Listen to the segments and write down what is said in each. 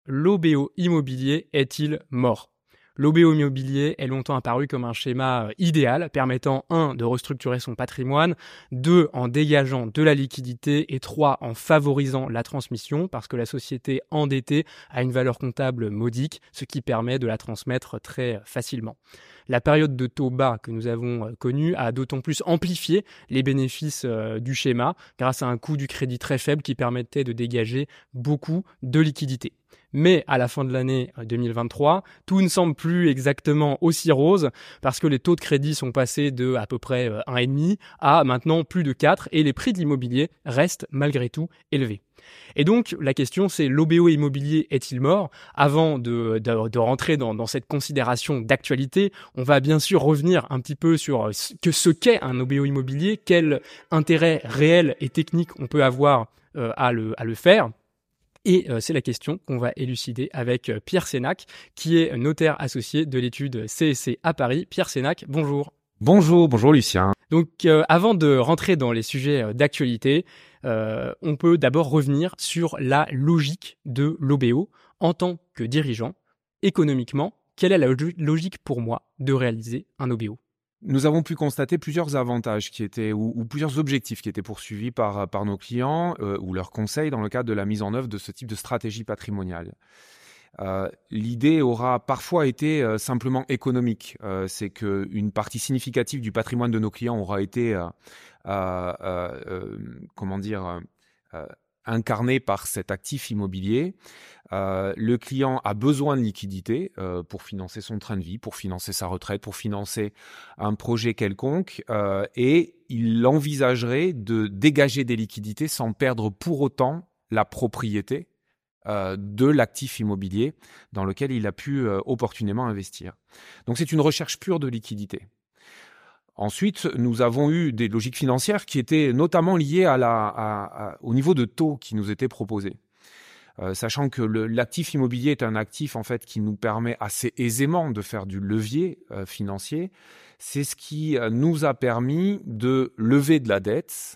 l'OBO immobilier est-il mort ? L'OBO immobilier est longtemps apparu comme un schéma idéal permettant 1. De restructurer son patrimoine, 2. En dégageant de la liquidité et 3. En favorisant la transmission parce que la société endettée a une valeur comptable modique, ce qui permet de la transmettre très facilement. La période de taux bas que nous avons connue a d'autant plus amplifié les bénéfices du schéma grâce à un coût du crédit très faible qui permettait de dégager beaucoup de liquidités. Mais à la fin de l'année 2023, tout ne semble plus exactement aussi rose parce que les taux de crédit sont passés de à peu près 1,5 à maintenant plus de 4 et les prix de l'immobilier restent malgré tout élevés. Et donc, la question, c'est l'OBO immobilier est-il mort ? Avant de rentrer dans cette considération d'actualité, on va bien sûr revenir un petit peu sur ce qu'est un OBO immobilier, quel intérêt réel et technique on peut avoir à le faire. Et c'est la question qu'on va élucider avec Pierre Sénac, qui est notaire associé de l'étude CSC à Paris. Pierre Sénac, bonjour. Bonjour Lucien. Donc avant de rentrer dans les sujets d'actualité, on peut d'abord revenir sur la logique de l'OBO en tant que dirigeant. Économiquement, quelle est la logique pour moi de réaliser un OBO ? Nous avons pu constater plusieurs avantages qui étaient ou plusieurs objectifs qui étaient poursuivis par nos clients ou leurs conseils dans le cadre de la mise en œuvre de ce type de stratégie patrimoniale. L'idée aura parfois été simplement économique. C'est qu'une partie significative du patrimoine de nos clients aura été incarné par cet actif immobilier. Le client a besoin de liquidité pour financer son train de vie, pour financer sa retraite, pour financer un projet quelconque et il envisagerait de dégager des liquidités sans perdre pour autant la propriété de l'actif immobilier dans lequel il a pu opportunément investir. Donc c'est une recherche pure de liquidité. Ensuite, nous avons eu des logiques financières qui étaient notamment liées au niveau de taux qui nous était proposé. Sachant que l'actif immobilier est un actif en fait qui nous permet assez aisément de faire du levier financier, c'est ce qui nous a permis de lever de la dette,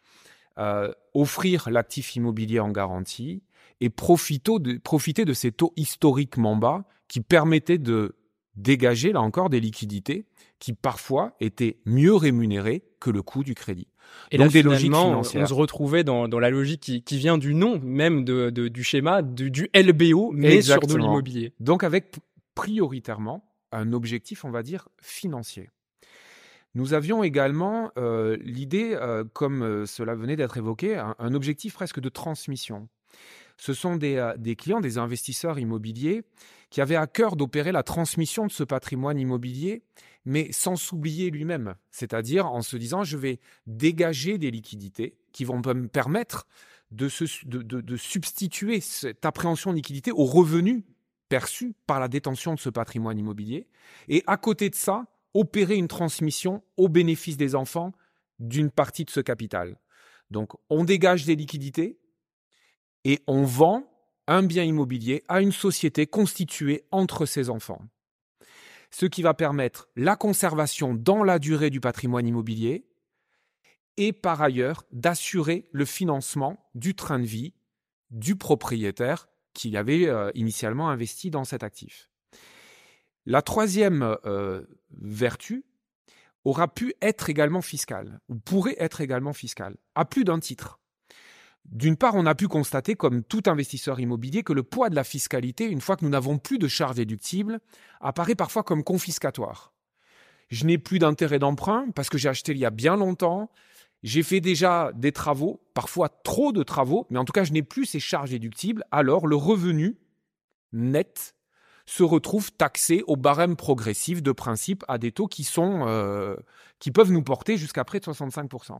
offrir l'actif immobilier en garantie et profiter de ces taux historiquement bas qui permettaient de dégager là encore des liquidités qui parfois étaient mieux rémunérées que le coût du crédit. Et donc là, finalement, on se retrouvait dans la logique qui vient du nom même du schéma, du LBO, mais Exactement. sur de l'immobilier. Donc avec prioritairement un objectif, on va dire, financier. Nous avions également l'idée, comme cela venait d'être évoqué, un objectif presque de transmission. Ce sont des clients, des investisseurs immobiliers qui avaient à cœur d'opérer la transmission de ce patrimoine immobilier, mais sans s'oublier lui-même. C'est-à-dire en se disant, je vais dégager des liquidités qui vont me permettre de substituer cette appréhension de liquidité aux revenus perçus par la détention de ce patrimoine immobilier. Et à côté de ça, opérer une transmission au bénéfice des enfants d'une partie de ce capital. Donc, on dégage des liquidités, et on vend un bien immobilier à une société constituée entre ses enfants. Ce qui va permettre la conservation dans la durée du patrimoine immobilier et par ailleurs d'assurer le financement du train de vie du propriétaire qui avait initialement investi dans cet actif. La troisième vertu aura pu être également fiscale, ou pourrait être également fiscale, à plus d'un titre. D'une part, on a pu constater, comme tout investisseur immobilier, que le poids de la fiscalité, une fois que nous n'avons plus de charges déductibles, apparaît parfois comme confiscatoire. Je n'ai plus d'intérêt d'emprunt parce que j'ai acheté il y a bien longtemps, j'ai fait déjà des travaux, parfois trop de travaux, mais en tout cas, je n'ai plus ces charges déductibles, alors le revenu net se retrouve taxé au barème progressif de principe à des taux qui peuvent nous porter jusqu'à près de 65%.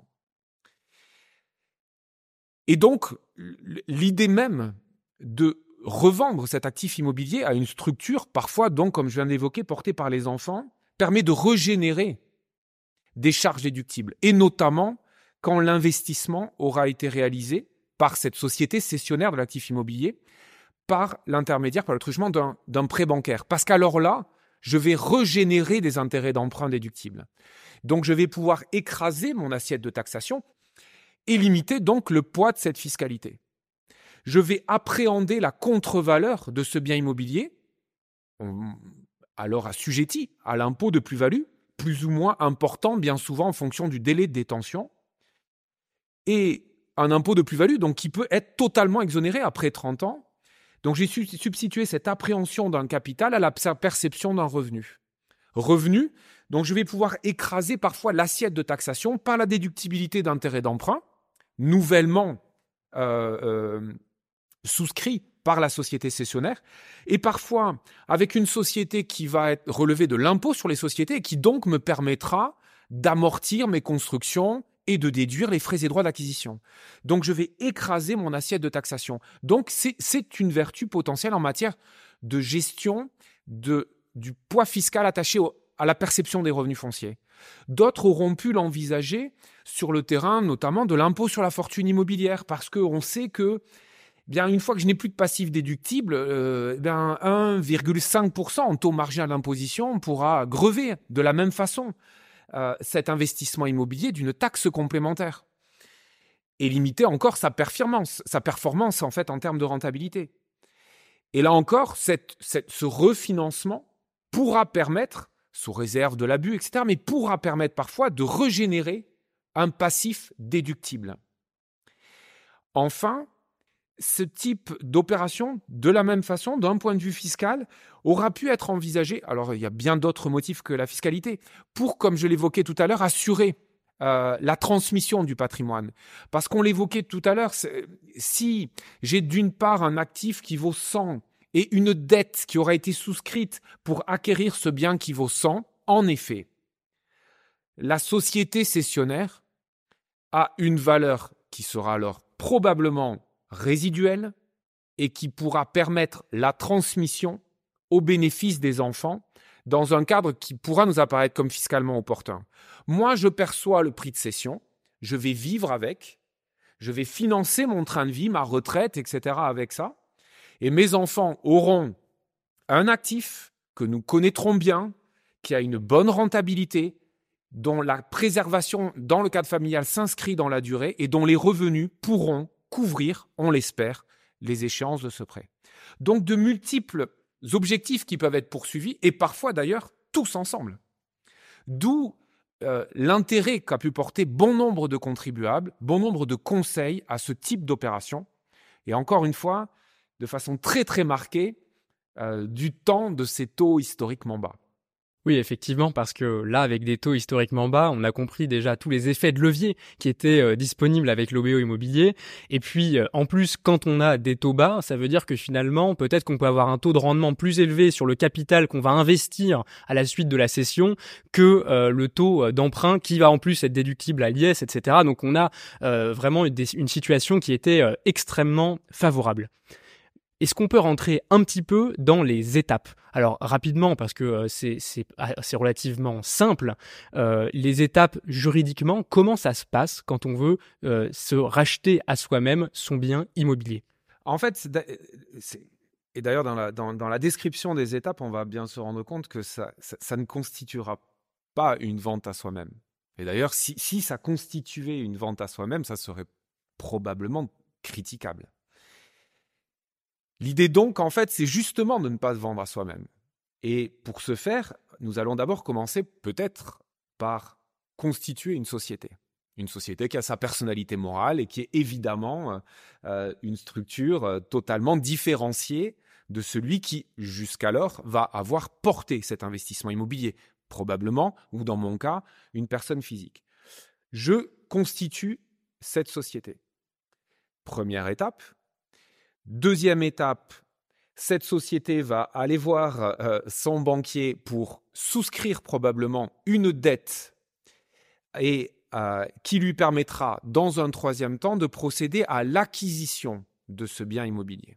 Et donc, l'idée même de revendre cet actif immobilier à une structure, parfois donc, comme je viens d'évoquer, portée par les enfants, permet de régénérer des charges déductibles, et notamment quand l'investissement aura été réalisé par cette société cessionnaire de l'actif immobilier, par le truchement d'un prêt bancaire. Parce qu'alors là, je vais régénérer des intérêts d'emprunt déductibles. Donc, je vais pouvoir écraser mon assiette de taxation et limiter donc le poids de cette fiscalité. Je vais appréhender la contre-valeur de ce bien immobilier, alors assujetti à l'impôt de plus-value, plus ou moins important, bien souvent en fonction du délai de détention, et un impôt de plus-value donc qui peut être totalement exonéré après 30 ans. Donc j'ai substitué cette appréhension d'un capital à la perception d'un revenu. Revenu, donc je vais pouvoir écraser parfois l'assiette de taxation par la déductibilité d'intérêts d'emprunt, nouvellement souscrit par la société cessionnaire, et parfois avec une société qui va être relevée de l'impôt sur les sociétés et qui donc me permettra d'amortir mes constructions et de déduire les frais et droits d'acquisition. Donc je vais écraser mon assiette de taxation. Donc c'est une vertu potentielle en matière de gestion du poids fiscal attaché à la perception des revenus fonciers. D'autres auront pu l'envisager sur le terrain notamment de l'impôt sur la fortune immobilière, parce qu'on sait que bien, une fois que je n'ai plus de passif déductible, 1,5% en taux marginal d'imposition pourra grever de la même façon cet investissement immobilier d'une taxe complémentaire et limiter encore sa performance en fait en termes de rentabilité. Et là encore, ce refinancement pourra permettre, sous réserve de l'abus, etc., mais pourra permettre parfois de régénérer un passif déductible. Enfin, ce type d'opération, de la même façon, d'un point de vue fiscal, aura pu être envisagé, alors il y a bien d'autres motifs que la fiscalité, pour, comme je l'évoquais tout à l'heure, assurer la transmission du patrimoine. Parce qu'on l'évoquait tout à l'heure, si j'ai d'une part un actif qui vaut 100 et une dette qui aura été souscrite pour acquérir ce bien qui vaut 100, en effet, la société cessionnaire a une valeur qui sera alors probablement résiduelle et qui pourra permettre la transmission au bénéfice des enfants dans un cadre qui pourra nous apparaître comme fiscalement opportun. Moi, je perçois le prix de cession, je vais vivre avec, je vais financer mon train de vie, ma retraite, etc. avec ça, et mes enfants auront un actif que nous connaîtrons bien, qui a une bonne rentabilité, dont la préservation dans le cadre familial s'inscrit dans la durée et dont les revenus pourront couvrir, on l'espère, les échéances de ce prêt. Donc de multiples objectifs qui peuvent être poursuivis et parfois d'ailleurs tous ensemble. D'où l'intérêt qu'a pu porter bon nombre de contribuables, bon nombre de conseils à ce type d'opération. Et encore une fois, de façon très très marquée, du temps de ces taux historiquement bas. Oui, effectivement, parce que là, avec des taux historiquement bas, on a compris déjà tous les effets de levier qui étaient disponibles avec l'OBO immobilier. Et puis, en plus, quand on a des taux bas, ça veut dire que finalement, peut-être qu'on peut avoir un taux de rendement plus élevé sur le capital qu'on va investir à la suite de la cession que le taux d'emprunt qui va en plus être déductible à l'IS, etc. Donc, on a vraiment une situation qui était extrêmement favorable. Est-ce qu'on peut rentrer un petit peu dans les étapes ? Alors rapidement, parce que c'est relativement simple, les étapes juridiquement, comment ça se passe quand on veut se racheter à soi-même son bien immobilier ? En fait, et d'ailleurs dans la description des étapes, on va bien se rendre compte que ça ne constituera pas une vente à soi-même. Et d'ailleurs, si ça constituait une vente à soi-même, ça serait probablement critiquable. L'idée donc, en fait, c'est justement de ne pas se vendre à soi-même. Et pour ce faire, nous allons d'abord commencer peut-être par constituer une société. Une société qui a sa personnalité morale et qui est évidemment une structure totalement différenciée de celui qui, jusqu'alors, va avoir porté cet investissement immobilier. Probablement, ou dans mon cas, une personne physique. Je constitue cette société. Première étape. Deuxième étape, cette société va aller voir son banquier pour souscrire probablement une dette et qui lui permettra, dans un troisième temps, de procéder à l'acquisition de ce bien immobilier.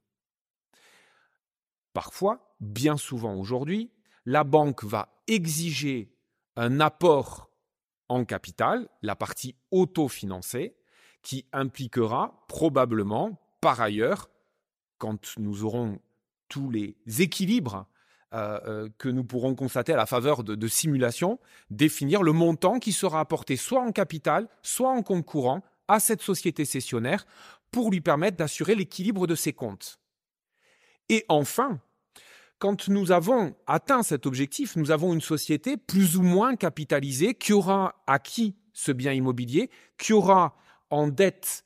Parfois, bien souvent aujourd'hui, la banque va exiger un apport en capital, la partie autofinancée, qui impliquera probablement, par ailleurs, quand nous aurons tous les équilibres que nous pourrons constater à la faveur de simulations, définir le montant qui sera apporté soit en capital, soit en compte courant à cette société cessionnaire pour lui permettre d'assurer l'équilibre de ses comptes. Et enfin, quand nous avons atteint cet objectif, nous avons une société plus ou moins capitalisée qui aura acquis ce bien immobilier, qui aura en dette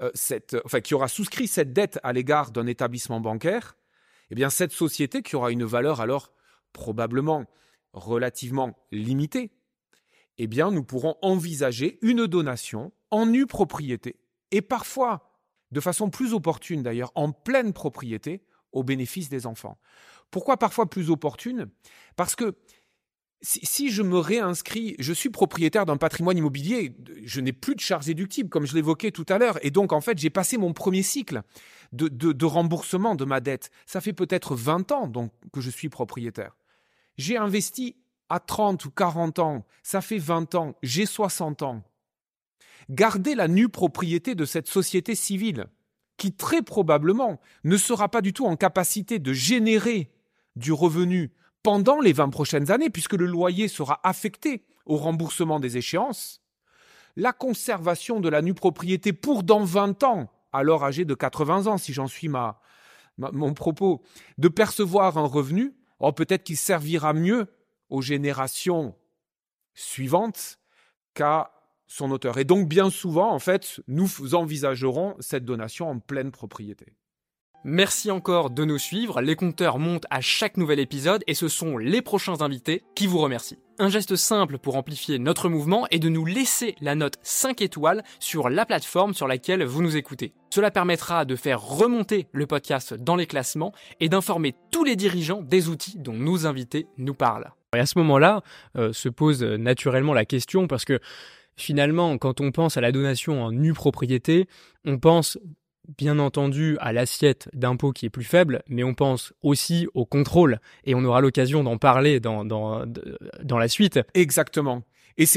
qui aura souscrit cette dette à l'égard d'un établissement bancaire. Eh bien, cette société qui aura une valeur alors probablement relativement limitée, eh bien, nous pourrons envisager une donation en nue propriété et parfois, de façon plus opportune d'ailleurs, en pleine propriété au bénéfice des enfants. Pourquoi parfois plus opportune ? Parce que si je me réinscris, je suis propriétaire d'un patrimoine immobilier, je n'ai plus de charges déductibles, comme je l'évoquais tout à l'heure. Et donc, en fait, j'ai passé mon premier cycle de remboursement de ma dette. Ça fait peut-être 20 ans donc, que je suis propriétaire. J'ai investi à 30 ou 40 ans. Ça fait 20 ans. J'ai 60 ans. Garder la nue propriété de cette société civile, qui très probablement ne sera pas du tout en capacité de générer du revenu pendant les 20 prochaines années, puisque le loyer sera affecté au remboursement des échéances, la conservation de la nue propriété pour dans 20 ans, alors âgé de 80 ans, si j'en suis mon propos, de percevoir un revenu, peut-être qu'il servira mieux aux générations suivantes qu'à son auteur. Et donc, bien souvent, en fait, nous envisagerons cette donation en pleine propriété. Merci encore de nous suivre, les compteurs montent à chaque nouvel épisode et ce sont les prochains invités qui vous remercient. Un geste simple pour amplifier notre mouvement est de nous laisser la note 5 étoiles sur la plateforme sur laquelle vous nous écoutez. Cela permettra de faire remonter le podcast dans les classements et d'informer tous les dirigeants des outils dont nos invités nous parlent. Et à ce moment-là, se pose naturellement la question parce que finalement, quand on pense à la donation en nue propriété, on pense bien entendu à l'assiette d'impôt qui est plus faible, mais on pense aussi au contrôle, et on aura l'occasion d'en parler dans la suite. Exactement.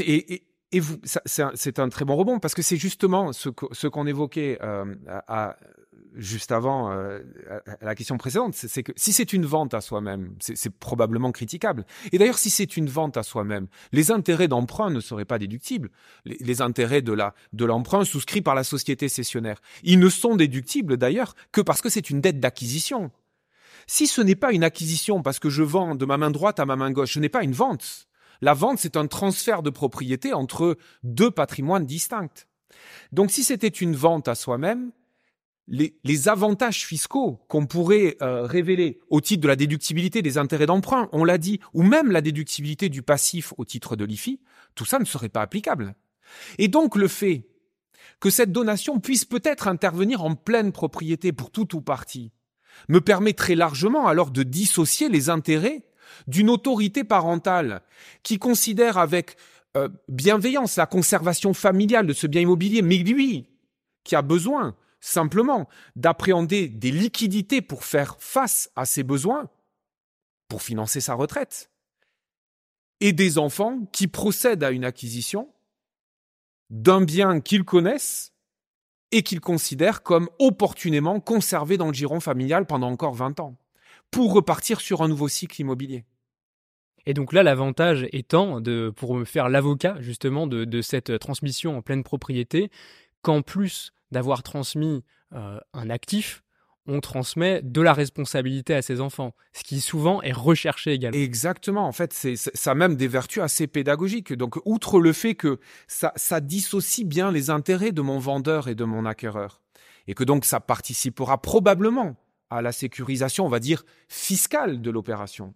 C'est un très bon rebond, parce que c'est justement ce qu'on évoquait juste avant la question précédente, c'est que si c'est une vente à soi-même, c'est probablement critiquable. Et d'ailleurs, si c'est une vente à soi-même, les intérêts d'emprunt ne seraient pas déductibles. Les intérêts de l'emprunt souscrit par la société cessionnaire, ils ne sont déductibles d'ailleurs que parce que c'est une dette d'acquisition. Si ce n'est pas une acquisition parce que je vends de ma main droite à ma main gauche, ce n'est pas une vente. La vente, c'est un transfert de propriété entre deux patrimoines distincts. Donc, si c'était une vente à soi-même, les avantages fiscaux qu'on pourrait révéler au titre de la déductibilité des intérêts d'emprunt, on l'a dit, ou même la déductibilité du passif au titre de l'IFI, tout ça ne serait pas applicable. Et donc, le fait que cette donation puisse peut-être intervenir en pleine propriété pour tout ou partie me permet très largement alors de dissocier les intérêts d'une autorité parentale qui considère avec bienveillance la conservation familiale de ce bien immobilier, mais lui, qui a besoin simplement d'appréhender des liquidités pour faire face à ses besoins, pour financer sa retraite, et des enfants qui procèdent à une acquisition d'un bien qu'ils connaissent et qu'ils considèrent comme opportunément conservé dans le giron familial pendant encore 20 ans, pour repartir sur un nouveau cycle immobilier. Et donc là, l'avantage étant, pour me faire l'avocat justement de cette transmission en pleine propriété, qu'en plus d'avoir transmis un actif, on transmet de la responsabilité à ses enfants, ce qui souvent est recherché également. Exactement, en fait, ça a même des vertus assez pédagogiques. Donc, outre le fait que ça dissocie bien les intérêts de mon vendeur et de mon acquéreur, et que donc ça participera probablement à la sécurisation, on va dire, fiscale de l'opération.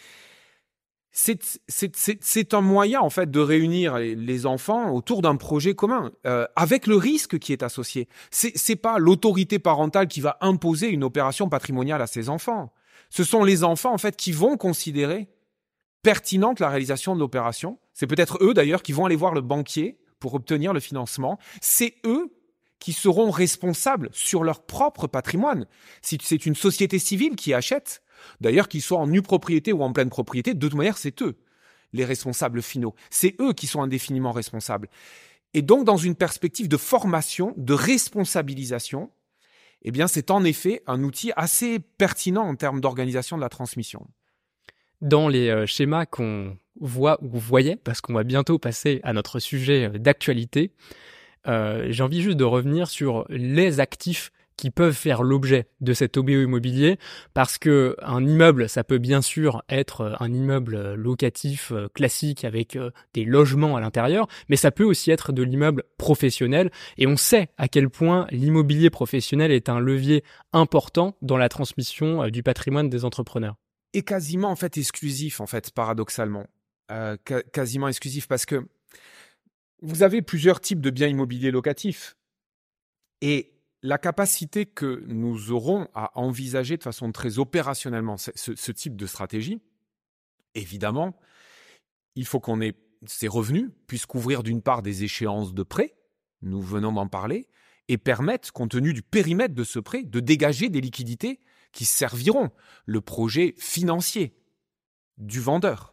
C'est un moyen, en fait, de réunir les enfants autour d'un projet commun, avec le risque qui est associé. C'est pas l'autorité parentale qui va imposer une opération patrimoniale à ses enfants. Ce sont les enfants, en fait, qui vont considérer pertinente la réalisation de l'opération. C'est peut-être eux, d'ailleurs, qui vont aller voir le banquier pour obtenir le financement. C'est eux qui seront responsables sur leur propre patrimoine. Si c'est une société civile qui achète, d'ailleurs, qu'ils soient en nue propriété ou en pleine propriété, de toute manière, c'est eux, les responsables finaux. C'est eux qui sont indéfiniment responsables. Et donc, dans une perspective de formation, de responsabilisation, eh bien, c'est en effet un outil assez pertinent en termes d'organisation de la transmission. Dans les schémas qu'on voit ou voyait, parce qu'on va bientôt passer à notre sujet d'actualité, j'ai envie juste de revenir sur les actifs qui peuvent faire l'objet de cet OBO immobilier, parce que un immeuble, ça peut bien sûr être un immeuble locatif classique avec des logements à l'intérieur, mais ça peut aussi être de l'immeuble professionnel, et on sait à quel point l'immobilier professionnel est un levier important dans la transmission du patrimoine des entrepreneurs. Et quasiment en fait exclusif, en fait, paradoxalement. Quasiment exclusif parce que vous avez plusieurs types de biens immobiliers locatifs. Et la capacité que nous aurons à envisager de façon très opérationnellement ce type de stratégie, évidemment, il faut qu'on ait ces revenus, puissent couvrir d'une part des échéances de prêt, nous venons d'en parler, et permettre, compte tenu du périmètre de ce prêt, de dégager des liquidités qui serviront le projet financier du vendeur.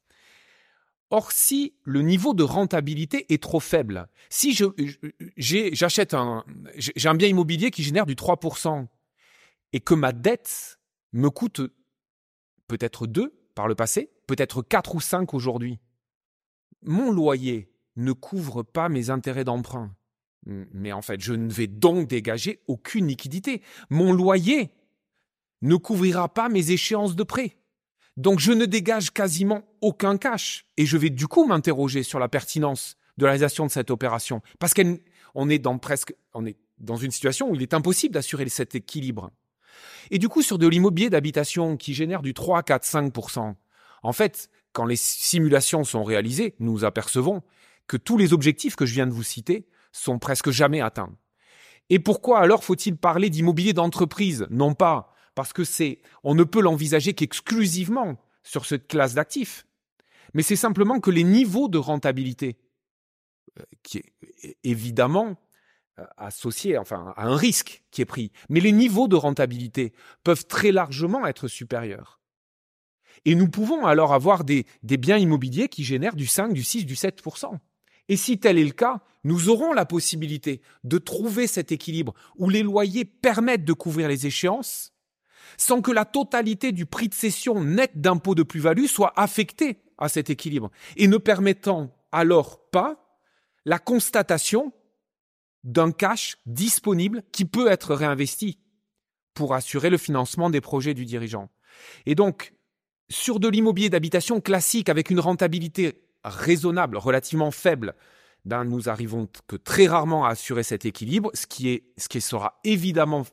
Or, si le niveau de rentabilité est trop faible, si j'ai un bien immobilier qui génère du 3% et que ma dette me coûte peut-être 2 par le passé, peut-être 4 ou 5 aujourd'hui, mon loyer ne couvre pas mes intérêts d'emprunt. Mais en fait, je ne vais donc dégager aucune liquidité. Mon loyer ne couvrira pas mes échéances de prêt. Donc, je ne dégage quasiment aucun cash. Et je vais du coup m'interroger sur la pertinence de la réalisation de cette opération. Parce qu'on est dans une situation où il est impossible d'assurer cet équilibre. Et du coup, sur de l'immobilier d'habitation qui génère du 3, 4, 5%, en fait, quand les simulations sont réalisées, nous apercevons que tous les objectifs que je viens de vous citer sont presque jamais atteints. Et pourquoi alors faut-il parler d'immobilier d'entreprise ? Non pas parce que on ne peut l'envisager qu'exclusivement sur cette classe d'actifs, mais c'est simplement que les niveaux de rentabilité, qui est évidemment associé à un risque qui est pris, mais les niveaux de rentabilité peuvent très largement être supérieurs. Et nous pouvons alors avoir des biens immobiliers qui génèrent du 5, du 6, du 7%. Et si tel est le cas, nous aurons la possibilité de trouver cet équilibre où les loyers permettent de couvrir les échéances sans que la totalité du prix de cession net d'impôt de plus-value soit affectée à cet équilibre et ne permettant alors pas la constatation d'un cash disponible qui peut être réinvesti pour assurer le financement des projets du dirigeant. Et donc, sur de l'immobilier d'habitation classique avec une rentabilité raisonnable, relativement faible, nous arrivons que très rarement à assurer cet équilibre, ce qui sera évidemment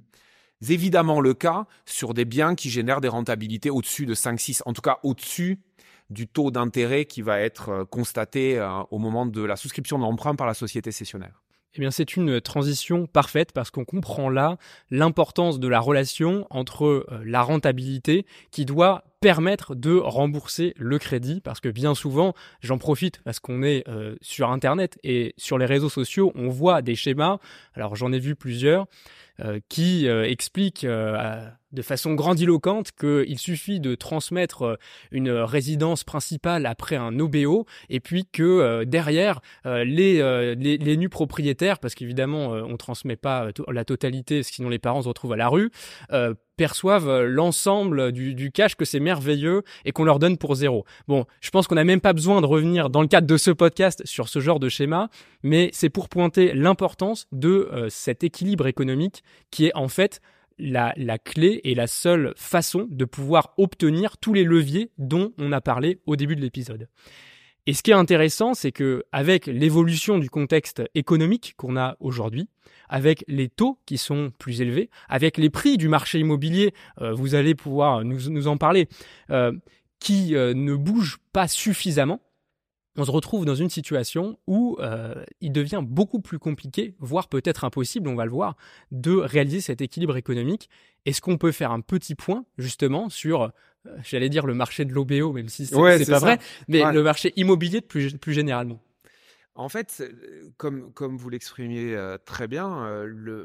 le cas sur des biens qui génèrent des rentabilités au-dessus de 5, 6, en tout cas au-dessus du taux d'intérêt qui va être constaté au moment de la souscription de l'emprunt par la société cessionnaire. Eh bien, c'est une transition parfaite parce qu'on comprend là l'importance de la relation entre la rentabilité qui doit permettre de rembourser le crédit, parce que bien souvent, j'en profite parce qu'on est sur Internet et sur les réseaux sociaux, on voit des schémas, alors j'en ai vu plusieurs, qui expliquent de façon grandiloquente qu'il suffit de transmettre une résidence principale après un OBO et puis que derrière les nus propriétaires, parce qu'évidemment on transmet pas la totalité sinon les parents se retrouvent à la rue, perçoivent l'ensemble du cash, que c'est merveilleux et qu'on leur donne pour zéro. Bon, je pense qu'on n'a même pas besoin de revenir dans le cadre de ce podcast sur ce genre de schéma, mais c'est pour pointer l'importance de cet équilibre économique qui est en fait la clé et la seule façon de pouvoir obtenir tous les leviers dont on a parlé au début de l'épisode. Et ce qui est intéressant, c'est que avec l'évolution du contexte économique qu'on a aujourd'hui, avec les taux qui sont plus élevés, avec les prix du marché immobilier, vous allez pouvoir nous en parler, qui ne bougent pas suffisamment, on se retrouve dans une situation où il devient beaucoup plus compliqué, voire peut-être impossible, on va le voir, de réaliser cet équilibre économique. Est-ce qu'on peut faire un petit point justement sur, j'allais dire le marché de l'OBO, même si c'est pas vrai, mais le marché immobilier plus généralement? En fait, comme vous l'exprimiez très bien,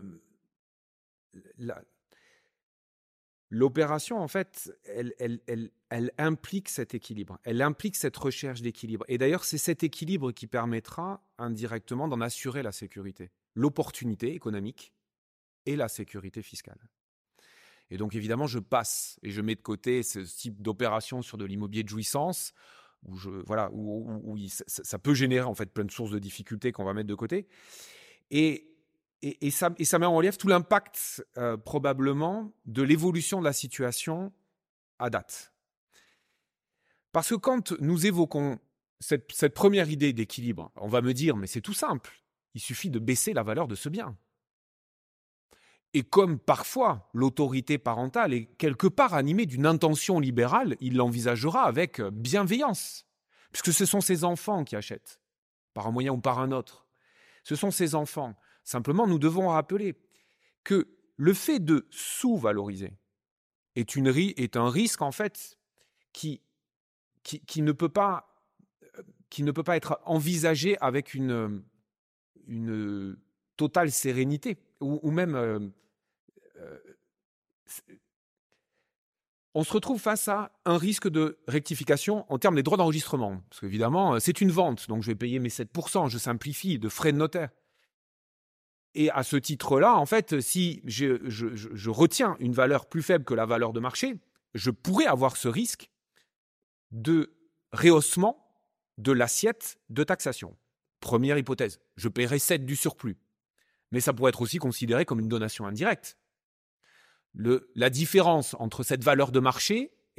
l'opération, en fait, elle implique cet équilibre. Elle implique cette recherche d'équilibre. Et d'ailleurs, c'est cet équilibre qui permettra indirectement d'en assurer la sécurité, l'opportunité économique et la sécurité fiscale. Et donc, évidemment, je passe et je mets de côté ce type d'opération sur de l'immobilier de jouissance ça peut générer en fait plein de sources de difficultés qu'on va mettre de côté. Et ça met en relief tout l'impact probablement de l'évolution de la situation à date. Parce que quand nous évoquons cette première idée d'équilibre, on va me dire, mais c'est tout simple, il suffit de baisser la valeur de ce bien. Et comme parfois l'autorité parentale est quelque part animée d'une intention libérale, il l'envisagera avec bienveillance, puisque ce sont ses enfants qui achètent, par un moyen ou par un autre. Ce sont ses enfants. Simplement, nous devons rappeler que le fait de sous-valoriser est un risque en fait qui ne peut pas être envisagé avec une totale sérénité ou même on se retrouve face à un risque de rectification en termes des droits d'enregistrement. Parce qu'évidemment, c'est une vente, donc je vais payer mes 7%, je simplifie, de frais de notaire. Et à ce titre-là, en fait, si je retiens une valeur plus faible que la valeur de marché, je pourrais avoir ce risque de rehaussement de l'assiette de taxation. Première hypothèse, je paierai 7 du surplus. Mais ça pourrait être aussi considéré comme une donation indirecte. La différence entre cette valeur de marché et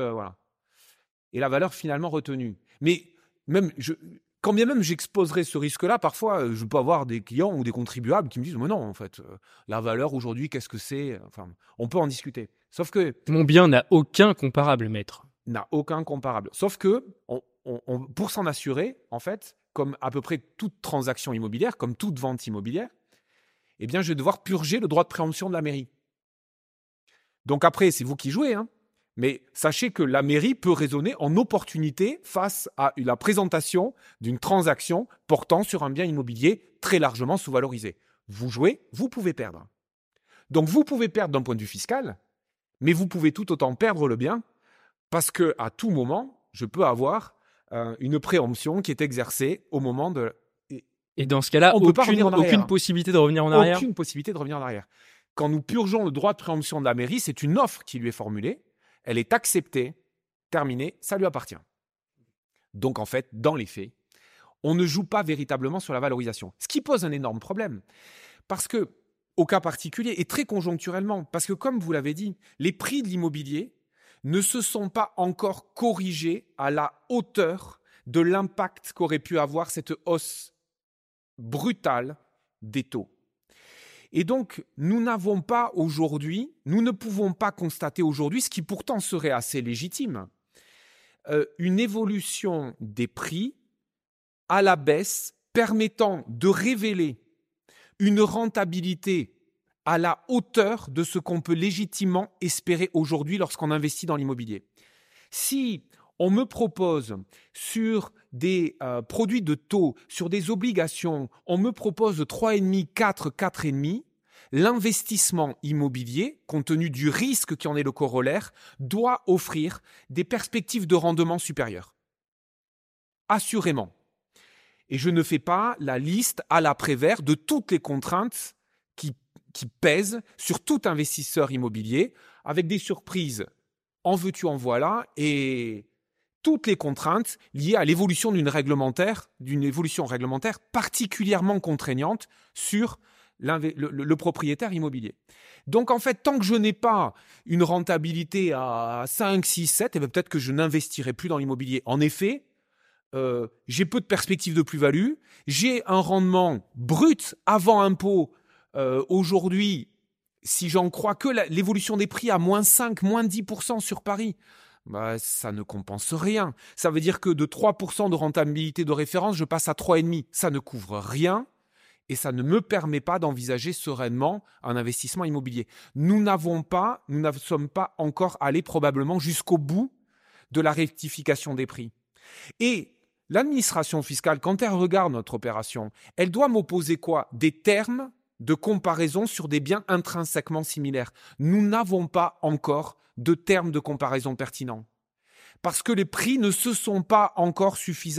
et la valeur finalement retenue. Mais quand bien même j'exposerai ce risque-là, parfois je peux avoir des clients ou des contribuables qui me disent « Mais non, en fait, la valeur aujourd'hui, qu'est-ce que c'est ?» Enfin, on peut en discuter. Sauf que… Mon bien n'a aucun comparable, maître. N'a aucun comparable. Sauf que, pour s'en assurer, en fait, comme à peu près toute transaction immobilière, comme toute vente immobilière, eh bien, je vais devoir purger le droit de préemption de la mairie. Donc après, c'est vous qui jouez, hein. Mais sachez que la mairie peut raisonner en opportunité face à la présentation d'une transaction portant sur un bien immobilier très largement sous-valorisé. Vous jouez, vous pouvez perdre. Donc vous pouvez perdre d'un point de vue fiscal, mais vous pouvez tout autant perdre le bien parce qu'à tout moment, je peux avoir une préemption qui est exercée au moment de… Et dans ce cas-là, aucune possibilité de revenir en arrière. Aucune possibilité de revenir en arrière. Quand nous purgeons le droit de préemption de la mairie, c'est une offre qui lui est formulée, elle est acceptée, terminée, ça lui appartient. Donc en fait, dans les faits, on ne joue pas véritablement sur la valorisation. Ce qui pose un énorme problème. Parce que, au cas particulier, et très conjoncturellement, parce que comme vous l'avez dit, les prix de l'immobilier ne se sont pas encore corrigés à la hauteur de l'impact qu'aurait pu avoir cette hausse brutale des taux. Et donc, nous ne pouvons pas constater aujourd'hui, ce qui pourtant serait assez légitime, une évolution des prix à la baisse permettant de révéler une rentabilité à la hauteur de ce qu'on peut légitimement espérer aujourd'hui lorsqu'on investit dans l'immobilier. Si on me propose sur des produits de taux, sur des obligations, on me propose 3,5, 4, 4,5, l'investissement immobilier, compte tenu du risque qui en est le corollaire, doit offrir des perspectives de rendement supérieures. Assurément. Et je ne fais pas la liste à l'après-vert de toutes les contraintes qui pèsent sur tout investisseur immobilier, avec des surprises en veux-tu, en voilà, et toutes les contraintes liées à l'évolution d'une évolution réglementaire particulièrement contraignante sur le propriétaire immobilier. Donc en fait, tant que je n'ai pas une rentabilité à 5, 6, 7, peut-être que je n'investirai plus dans l'immobilier. En effet, j'ai peu de perspectives de plus-value, j'ai un rendement brut avant impôt aujourd'hui, si j'en crois que l'évolution des prix à moins 5, moins 10% sur Paris, ça ne compense rien. Ça veut dire que de 3% de rentabilité de référence, je passe à 3,5%. Ça ne couvre rien et ça ne me permet pas d'envisager sereinement un investissement immobilier. Nous ne sommes pas encore allés probablement jusqu'au bout de la rectification des prix. Et l'administration fiscale, quand elle regarde notre opération, elle doit m'opposer quoi ? Des termes de comparaison sur des biens intrinsèquement similaires. Nous n'avons pas encore de termes de comparaison pertinents. Parce que les prix ne se sont pas encore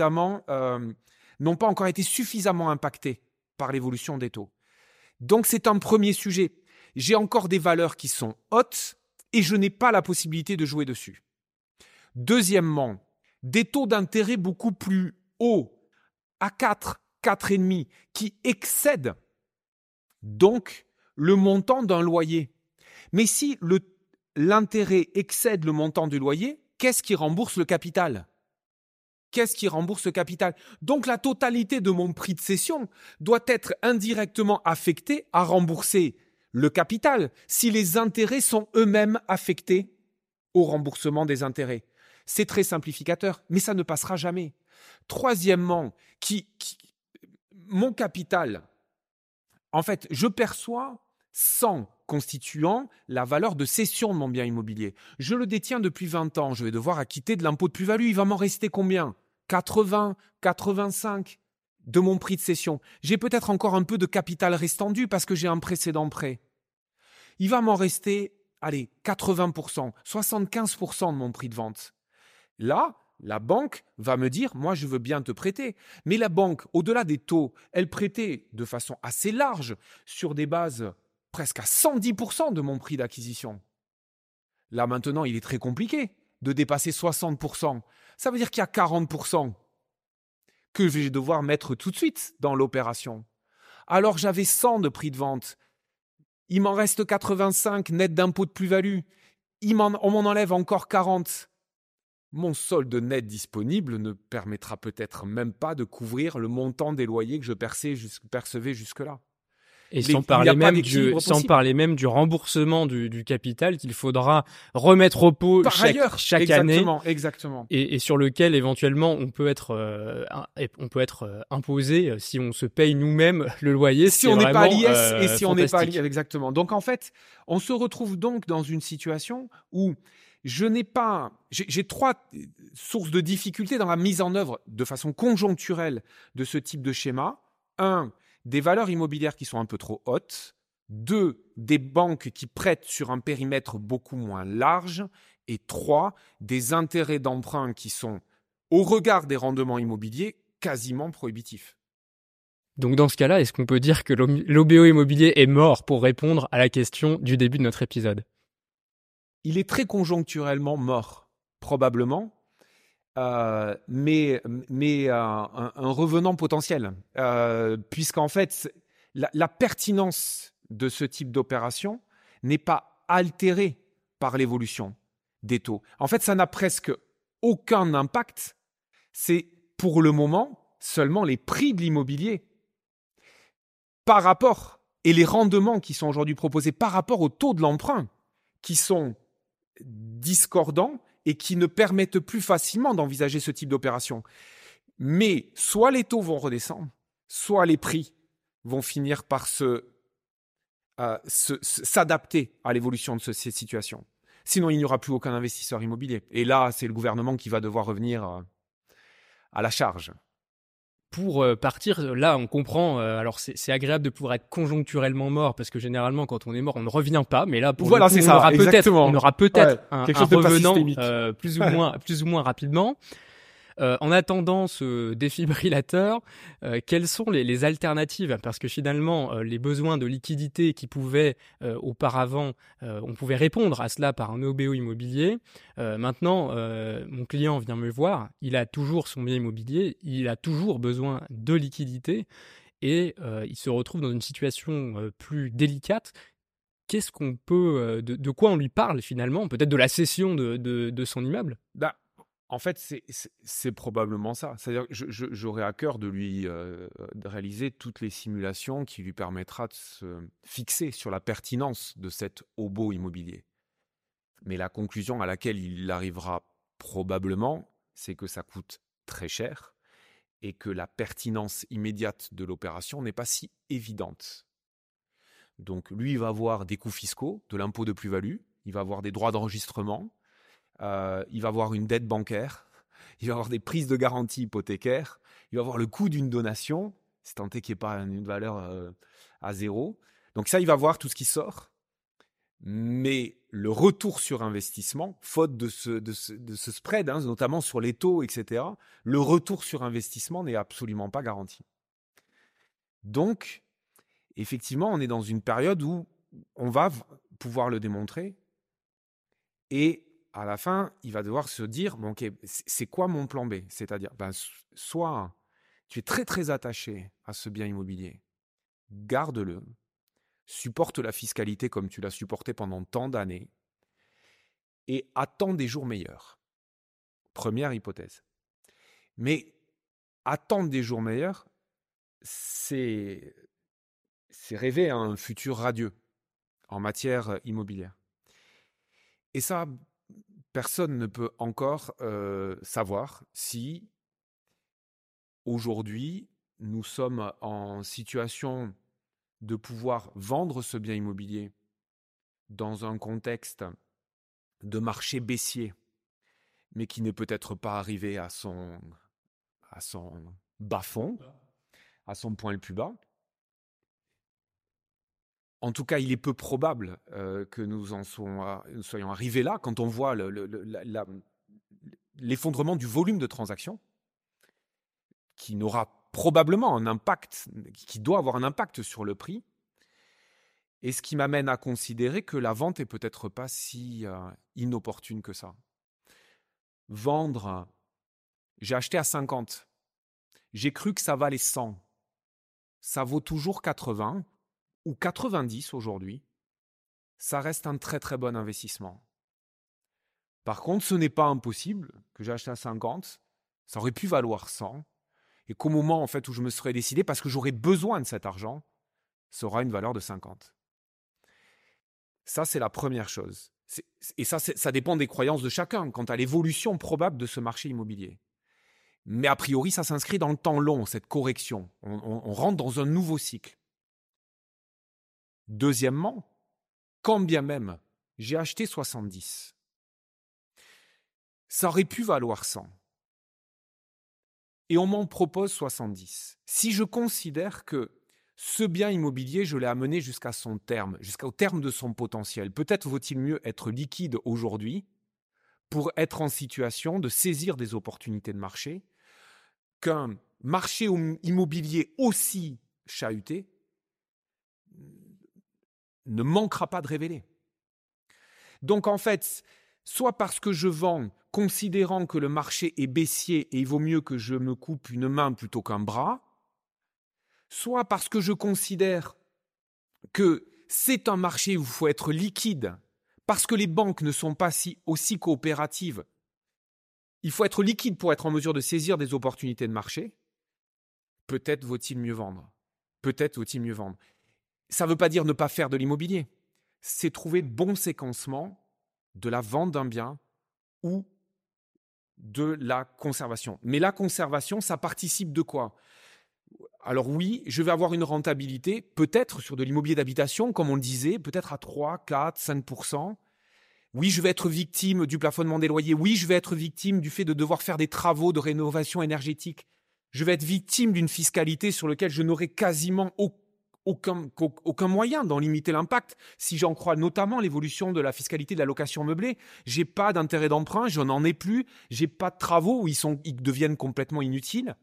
n'ont pas encore été suffisamment impactés par l'évolution des taux. Donc c'est un premier sujet. J'ai encore des valeurs qui sont hautes et je n'ai pas la possibilité de jouer dessus. Deuxièmement, des taux d'intérêt beaucoup plus hauts, à 4, 4,5, qui excèdent donc le montant d'un loyer. Mais si l'intérêt excède le montant du loyer, qu'est-ce qui rembourse le capital ? Qu'est-ce qui rembourse le capital ? Donc la totalité de mon prix de cession doit être indirectement affectée à rembourser le capital si les intérêts sont eux-mêmes affectés au remboursement des intérêts. C'est très simplificateur, mais ça ne passera jamais. Troisièmement, mon capital, en fait, je perçois 100 constituant la valeur de cession de mon bien immobilier. Je le détiens depuis 20 ans, je vais devoir acquitter de l'impôt de plus-value. Il va m'en rester combien ? 80, 85 de mon prix de cession. J'ai peut-être encore un peu de capital restendu parce que j'ai un précédent prêt. Il va m'en rester, 80%, 75% de mon prix de vente. Là, la banque va me dire, moi je veux bien te prêter. Mais la banque, au-delà des taux, elle prêtait de façon assez large sur des bases presque à 110% de mon prix d'acquisition. Là maintenant, il est très compliqué de dépasser 60%. Ça veut dire qu'il y a 40% que je vais devoir mettre tout de suite dans l'opération. Alors j'avais 100 de prix de vente. Il m'en reste 85 net d'impôt de plus-value. On m'en enlève encore 40. Mon solde net disponible ne permettra peut-être même pas de couvrir le montant des loyers que je percevais jusque-là. Et sans parler même du remboursement du capital qu'il faudra remettre au pot chaque année. Exactement. Et sur lequel éventuellement on peut être imposé si on se paye nous-mêmes le loyer. Si on n'est pas à l'IS et si on n'est pas à l'IS. Exactement. Donc en fait, on se retrouve donc dans une situation où j'ai 3 sources de difficultés dans la mise en œuvre de façon conjoncturelle de ce type de schéma. 1, des valeurs immobilières qui sont un peu trop hautes. 2, des banques qui prêtent sur un périmètre beaucoup moins large. Et 3, des intérêts d'emprunt qui sont, au regard des rendements immobiliers, quasiment prohibitifs. Donc dans ce cas-là, est-ce qu'on peut dire que l'OBO immobilier est mort pour répondre à la question du début de notre épisode ? Il est très conjoncturellement mort, probablement. Mais un revenant potentiel, puisqu'en fait, la pertinence de ce type d'opération n'est pas altérée par l'évolution des taux. En fait, ça n'a presque aucun impact. C'est pour le moment seulement les prix de l'immobilier par rapport, et les rendements qui sont aujourd'hui proposés par rapport au taux de l'emprunt, qui sont discordants et qui ne permettent plus facilement d'envisager ce type d'opération. Mais soit les taux vont redescendre, soit les prix vont finir par s'adapter à l'évolution de ces situations. Sinon, il n'y aura plus aucun investisseur immobilier. Et là, c'est le gouvernement qui va devoir revenir à la charge. Pour partir, là, on comprend. Alors, c'est agréable de pouvoir être conjoncturellement mort parce que généralement, quand on est mort, on ne revient pas. Mais là, pour le coup, on aura peut-être un revenant plus ou moins rapidement. En attendant ce défibrillateur, quelles sont les alternatives ? Parce que finalement, les besoins de liquidité qui pouvaient auparavant, on pouvait répondre à cela par un OBO immobilier. Maintenant, mon client vient me voir, il a toujours son bien immobilier, il a toujours besoin de liquidité et il se retrouve dans une situation plus délicate. Qu'est-ce qu'on peut, de quoi on lui parle finalement ? Peut-être de la cession de son immeuble ? En fait, c'est probablement ça. C'est-à-dire que j'aurais à cœur de lui de réaliser toutes les simulations qui lui permettra de se fixer sur la pertinence de cet OBO immobilier. Mais la conclusion à laquelle il arrivera probablement, c'est que ça coûte très cher et que la pertinence immédiate de l'opération n'est pas si évidente. Donc lui, il va avoir des coûts fiscaux, de l'impôt de plus-value, il va avoir des droits d'enregistrement, il va avoir une dette bancaire, il va avoir des prises de garantie hypothécaires, il va avoir le coût d'une donation, c'est tant est qu'il n'y ait pas une valeur à zéro. Donc ça, il va voir tout ce qui sort. Mais le retour sur investissement, faute de ce spread, notamment sur les taux, etc., le retour sur investissement n'est absolument pas garanti. Donc, effectivement, on est dans une période où on va pouvoir le démontrer et à la fin, il va devoir se dire, bon, ok, c'est quoi mon plan B? C'est-à-dire, soit tu es très très attaché à ce bien immobilier, garde-le, supporte la fiscalité comme tu l'as supporté pendant tant d'années et attends des jours meilleurs. Première hypothèse. Mais attendre des jours meilleurs, c'est rêver à un futur radieux en matière immobilière. Et ça, personne ne peut encore savoir si aujourd'hui nous sommes en situation de pouvoir vendre ce bien immobilier dans un contexte de marché baissier, mais qui n'est peut-être pas arrivé à son bas-fond, à son point le plus bas. En tout cas, il est peu probable que nous soyons arrivés là quand on voit l'effondrement du volume de transactions qui n'aura probablement un impact, qui doit avoir un impact sur le prix. Et ce qui m'amène à considérer que la vente est peut-être pas si inopportune que ça. Vendre, j'ai acheté à 50, j'ai cru que ça valait 100, ça vaut toujours 80 ou 90 aujourd'hui, ça reste un très très bon investissement. Par contre, ce n'est pas impossible que j'ai acheté à 50, ça aurait pu valoir 100, et qu'au moment en fait où je me serais décidé, parce que j'aurais besoin de cet argent, ça aura une valeur de 50. Ça, c'est la première chose. Et ça dépend des croyances de chacun quant à l'évolution probable de ce marché immobilier. Mais a priori, ça s'inscrit dans le temps long, cette correction. On rentre dans un nouveau cycle. Deuxièmement, quand bien même j'ai acheté 70, ça aurait pu valoir 100. Et on m'en propose 70. Si je considère que ce bien immobilier, je l'ai amené jusqu'à son terme, jusqu'au terme de son potentiel, peut-être vaut-il mieux être liquide aujourd'hui pour être en situation de saisir des opportunités de marché qu'un marché immobilier aussi chahuté ne manquera pas de révéler. Donc en fait, soit parce que je vends considérant que le marché est baissier et il vaut mieux que je me coupe une main plutôt qu'un bras, soit parce que je considère que c'est un marché où il faut être liquide, parce que les banques ne sont pas aussi coopératives. Il faut être liquide pour être en mesure de saisir des opportunités de marché. Peut-être vaut-il mieux vendre. Peut-être vaut-il mieux vendre. Ça ne veut pas dire ne pas faire de l'immobilier. C'est trouver le bon séquencement de la vente d'un bien ou de la conservation. Mais la conservation, ça participe de quoi ? Alors oui, je vais avoir une rentabilité, peut-être sur de l'immobilier d'habitation, comme on le disait, peut-être à 3, 4, 5%. Oui, je vais être victime du plafonnement des loyers. Oui, je vais être victime du fait de devoir faire des travaux de rénovation énergétique. Je vais être victime d'une fiscalité sur laquelle je n'aurai quasiment aucun moyen d'en limiter l'impact. Si j'en crois notamment l'évolution de la fiscalité de la location meublée, j'ai pas d'intérêt d'emprunt, je n'en ai plus, j'ai pas de travaux où ils deviennent complètement inutiles.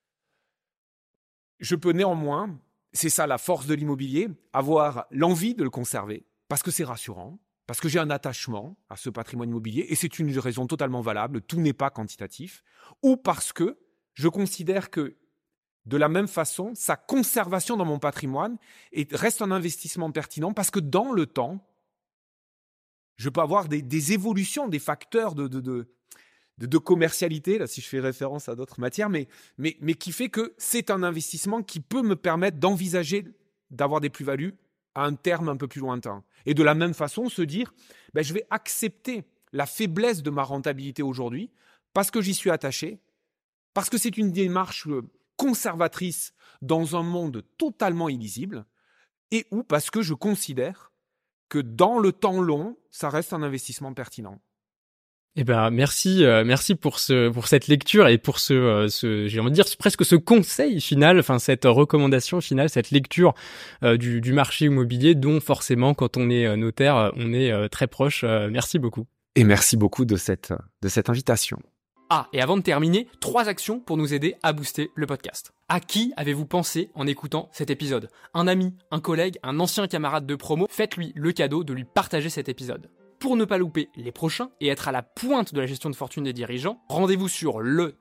Je peux néanmoins, c'est ça la force de l'immobilier, avoir l'envie de le conserver parce que c'est rassurant, parce que j'ai un attachement à ce patrimoine immobilier et c'est une raison totalement valable, tout n'est pas quantitatif, ou parce que je considère que de la même façon, sa conservation dans mon patrimoine reste un investissement pertinent parce que dans le temps, je peux avoir des évolutions, des facteurs de commercialité, là si je fais référence à d'autres matières, mais qui fait que c'est un investissement qui peut me permettre d'envisager d'avoir des plus-values à un terme un peu plus lointain. Et de la même façon, se dire, je vais accepter la faiblesse de ma rentabilité aujourd'hui parce que j'y suis attaché, parce que c'est une démarche conservatrice dans un monde totalement illisible, et ou parce que je considère que dans le temps long, ça reste un investissement pertinent. Eh ben merci pour cette lecture et pour j'ai envie de dire presque ce conseil final, enfin cette recommandation finale, cette lecture du marché immobilier dont forcément quand on est notaire, on est très proche. Merci beaucoup. Et merci beaucoup de cette invitation. Ah, et avant de terminer, 3 actions pour nous aider à booster le podcast. À qui avez-vous pensé en écoutant cet épisode ? Un ami, un collègue, un ancien camarade de promo ? Faites-lui le cadeau de lui partager cet épisode. Pour ne pas louper les prochains et être à la pointe de la gestion de fortune des dirigeants, rendez-vous sur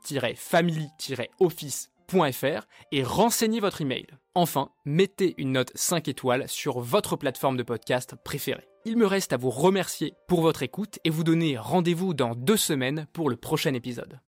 le-family-office.fr et renseignez votre email. Enfin, mettez une note 5 étoiles sur votre plateforme de podcast préférée. Il me reste à vous remercier pour votre écoute et vous donner rendez-vous dans 2 semaines pour le prochain épisode.